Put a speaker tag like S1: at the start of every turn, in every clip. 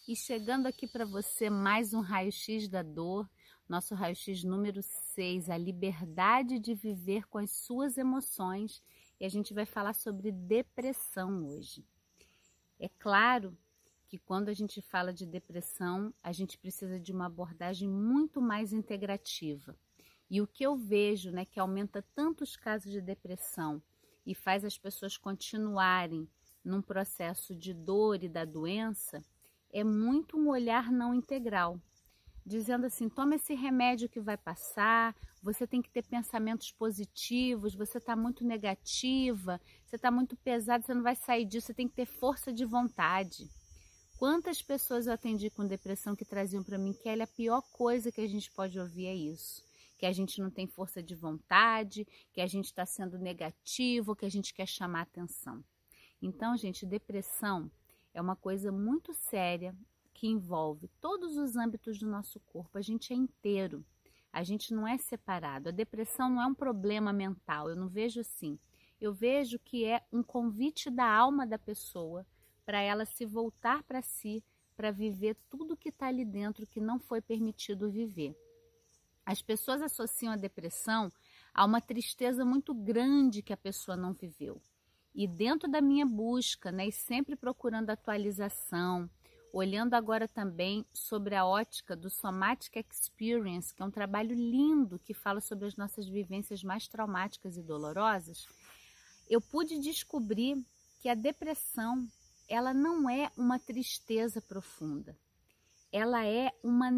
S1: E chegando aqui para você mais um raio-x da dor, nosso raio-x número 6, a liberdade de viver com as suas emoções. E a gente vai falar sobre depressão hoje. É claro que quando a gente fala de depressão, a gente precisa de uma abordagem muito mais integrativa. E o que eu vejo, né, que aumenta tanto os casos de depressão e faz as pessoas continuarem num processo de dor e da doença, é muito um olhar não integral, dizendo assim, toma esse remédio que vai passar, você tem que ter pensamentos positivos, você está muito negativa, você está muito pesado, você não vai sair disso, você tem que ter força de vontade. Quantas pessoas eu atendi com depressão que traziam para mim que a pior coisa que a gente pode ouvir é isso, que a gente não tem força de vontade, que a gente está sendo negativo, que a gente quer chamar atenção. Então, gente, depressão é uma coisa muito séria que envolve todos os âmbitos do nosso corpo. A gente é inteiro, a gente não é separado. A depressão não é um problema mental, eu não vejo assim. Eu vejo que é um convite da alma da pessoa para ela se voltar para si, para viver tudo que está ali dentro que não foi permitido viver. As pessoas associam a depressão a uma tristeza muito grande que a pessoa não viveu. E dentro da minha busca, né, e sempre procurando atualização, olhando agora também sobre a ótica do Somatic Experience, que é um trabalho lindo que fala sobre as nossas vivências mais traumáticas e dolorosas, eu pude descobrir que a depressão, ela não é uma tristeza profunda. Ela é uma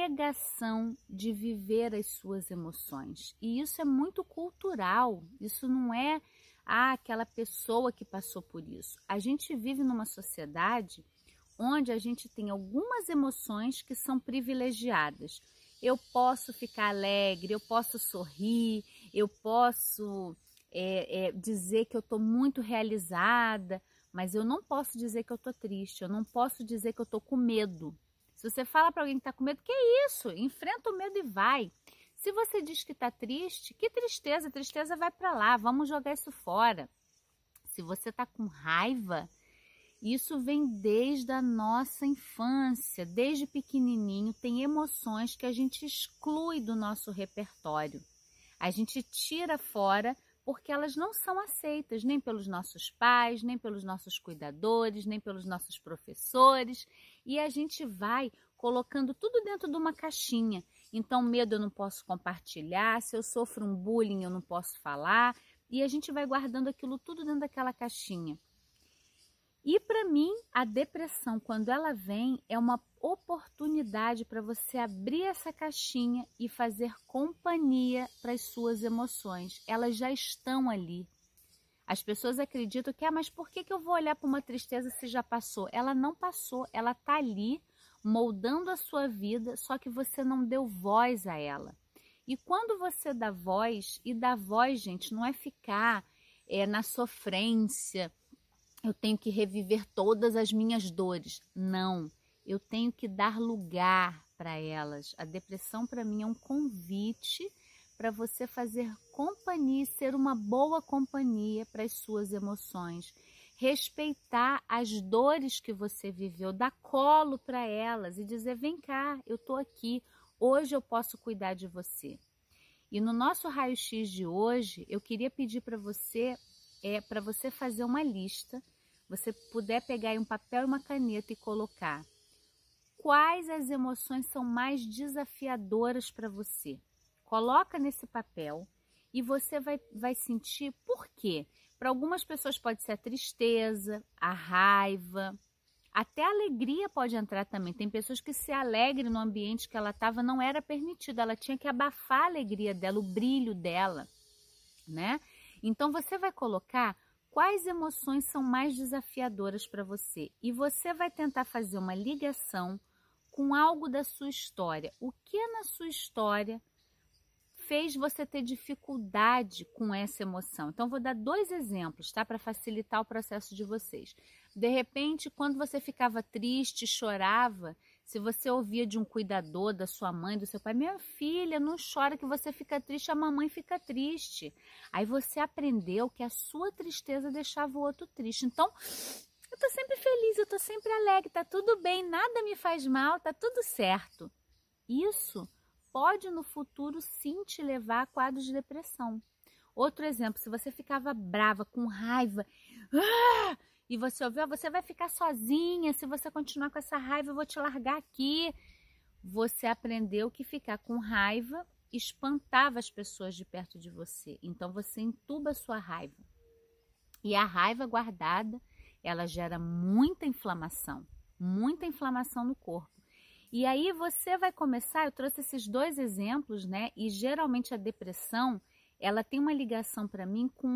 S1: negação de viver as suas emoções. E isso é muito cultural, isso não é aquela pessoa que passou por isso. A gente vive numa sociedade onde a gente tem algumas emoções que são privilegiadas. Eu posso ficar alegre, eu posso sorrir, eu posso dizer que eu estou muito realizada, mas eu não posso dizer que eu estou triste, eu não posso dizer que eu estou com medo. Se você fala para alguém que está com medo, que é isso? Enfrenta o medo e vai. Se você diz que está triste, que tristeza, tristeza vai para lá, vamos jogar isso fora. Se você está com raiva, isso vem desde a nossa infância, desde pequenininho, tem emoções que a gente exclui do nosso repertório. A gente tira fora porque elas não são aceitas, nem pelos nossos pais, nem pelos nossos cuidadores, nem pelos nossos professores, e a gente vai colocando tudo dentro de uma caixinha. Então, medo eu não posso compartilhar, se eu sofro um bullying eu não posso falar, e a gente vai guardando aquilo tudo dentro daquela caixinha. E para mim, a depressão, quando ela vem, é uma oportunidade para você abrir essa caixinha e fazer companhia para as suas emoções. Elas já estão ali. As pessoas acreditam que, mas por que eu vou olhar para uma tristeza se já passou? Ela não passou, ela está ali, moldando a sua vida, só que você não deu voz a ela. E quando você dá voz, e dá voz, gente, não é ficar na sofrência, eu tenho que reviver todas as minhas dores. Não, eu tenho que dar lugar para elas. A depressão para mim é um convite para você fazer companhia, ser uma boa companhia para as suas emoções. Respeitar as dores que você viveu, dar colo para elas e dizer, vem cá, eu estou aqui, hoje eu posso cuidar de você. E no nosso raio-x de hoje, eu queria pedir para você fazer uma lista, você puder pegar aí um papel e uma caneta e colocar quais as emoções são mais desafiadoras para você. Coloca nesse papel e você vai sentir por quê. Para algumas pessoas pode ser a tristeza, a raiva, até a alegria pode entrar também. Tem pessoas que se alegram no ambiente que ela estava, não era permitido, ela tinha que abafar a alegria dela, o brilho dela, né? Então você vai colocar quais emoções são mais desafiadoras para você e você vai tentar fazer uma ligação com algo da sua história. O que na sua história fez você ter dificuldade com essa emoção? Então, vou dar 2 exemplos, tá? Para facilitar o processo de vocês. De repente, quando você ficava triste, chorava, se você ouvia de um cuidador, da sua mãe, do seu pai, minha filha, não chora que você fica triste, a mamãe fica triste. Aí você aprendeu que a sua tristeza deixava o outro triste. Então, Eu tô sempre feliz, eu tô sempre alegre, tá tudo bem, nada me faz mal, tá tudo certo. Isso pode no futuro sim te levar a quadros de depressão. Outro exemplo, se você ficava brava, com raiva, e você ouviu, você vai ficar sozinha, se você continuar com essa raiva, eu vou te largar aqui. Você aprendeu que ficar com raiva espantava as pessoas de perto de você. Então você entuba a sua raiva. E a raiva guardada, ela gera muita inflamação no corpo. E aí você vai começar, eu trouxe esses dois exemplos, né? E geralmente a depressão, ela tem uma ligação para mim com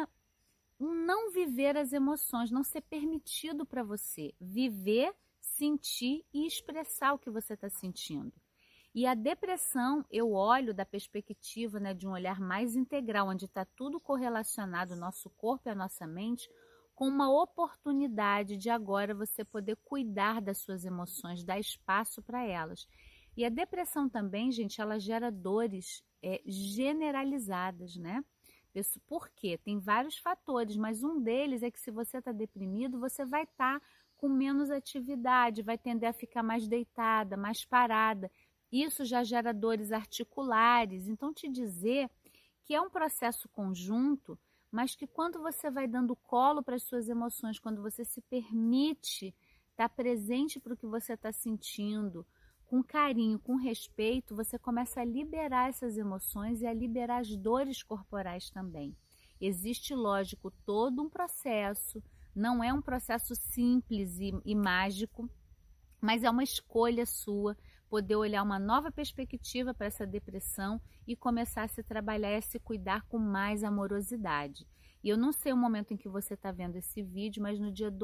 S1: um não viver as emoções, não ser permitido para você viver, sentir e expressar o que você está sentindo. E a depressão, eu olho da perspectiva, né, de um olhar mais integral, onde está tudo correlacionado, o nosso corpo e a nossa mente, com uma oportunidade de agora você poder cuidar das suas emoções, dar espaço para elas. E a depressão também, gente, ela gera dores generalizadas, né? Por quê? Tem vários fatores, mas um deles é que se você está deprimido, você vai estar com menos atividade, vai tender a ficar mais deitada, mais parada. Isso já gera dores articulares. Então, te dizer que é um processo conjunto, mas que quando você vai dando colo para as suas emoções, quando você se permite estar presente para o que você está sentindo, com carinho, com respeito, você começa a liberar essas emoções e a liberar as dores corporais também. Existe, lógico, todo um processo, não é um processo simples e mágico, mas é uma escolha sua poder olhar uma nova perspectiva para essa depressão e começar a se trabalhar e a se cuidar com mais amorosidade. E eu não sei o momento em que você está vendo esse vídeo, mas no dia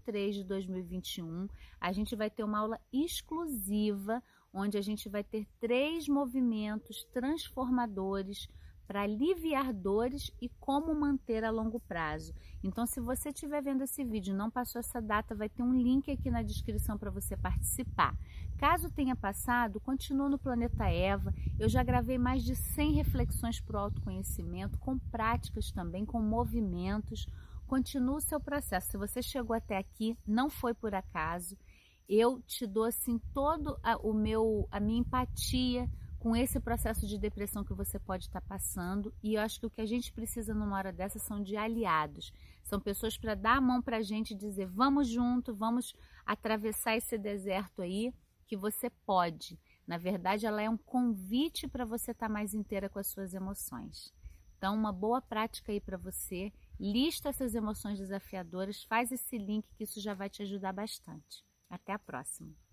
S1: 2/3/2021, a gente vai ter uma aula exclusiva, onde a gente vai ter 3 movimentos transformadores para aliviar dores e como manter a longo prazo. Então, se você estiver vendo esse vídeo e não passou essa data, vai ter um link aqui na descrição para você participar. Caso tenha passado, continua no Planeta Eva. Eu já gravei mais de 100 reflexões para o autoconhecimento, com práticas também, com movimentos. Continua o seu processo. Se você chegou até aqui, não foi por acaso. Eu te dou assim todo a minha empatia com esse processo de depressão que você pode estar passando, e eu acho que o que a gente precisa numa hora dessa são de aliados, são pessoas para dar a mão para a gente e dizer, vamos junto, vamos atravessar esse deserto aí, que você pode. Na verdade, ela é um convite para você estar mais inteira com as suas emoções. Então, uma boa prática aí para você, lista essas emoções desafiadoras, faz esse link que isso já vai te ajudar bastante. Até a próxima!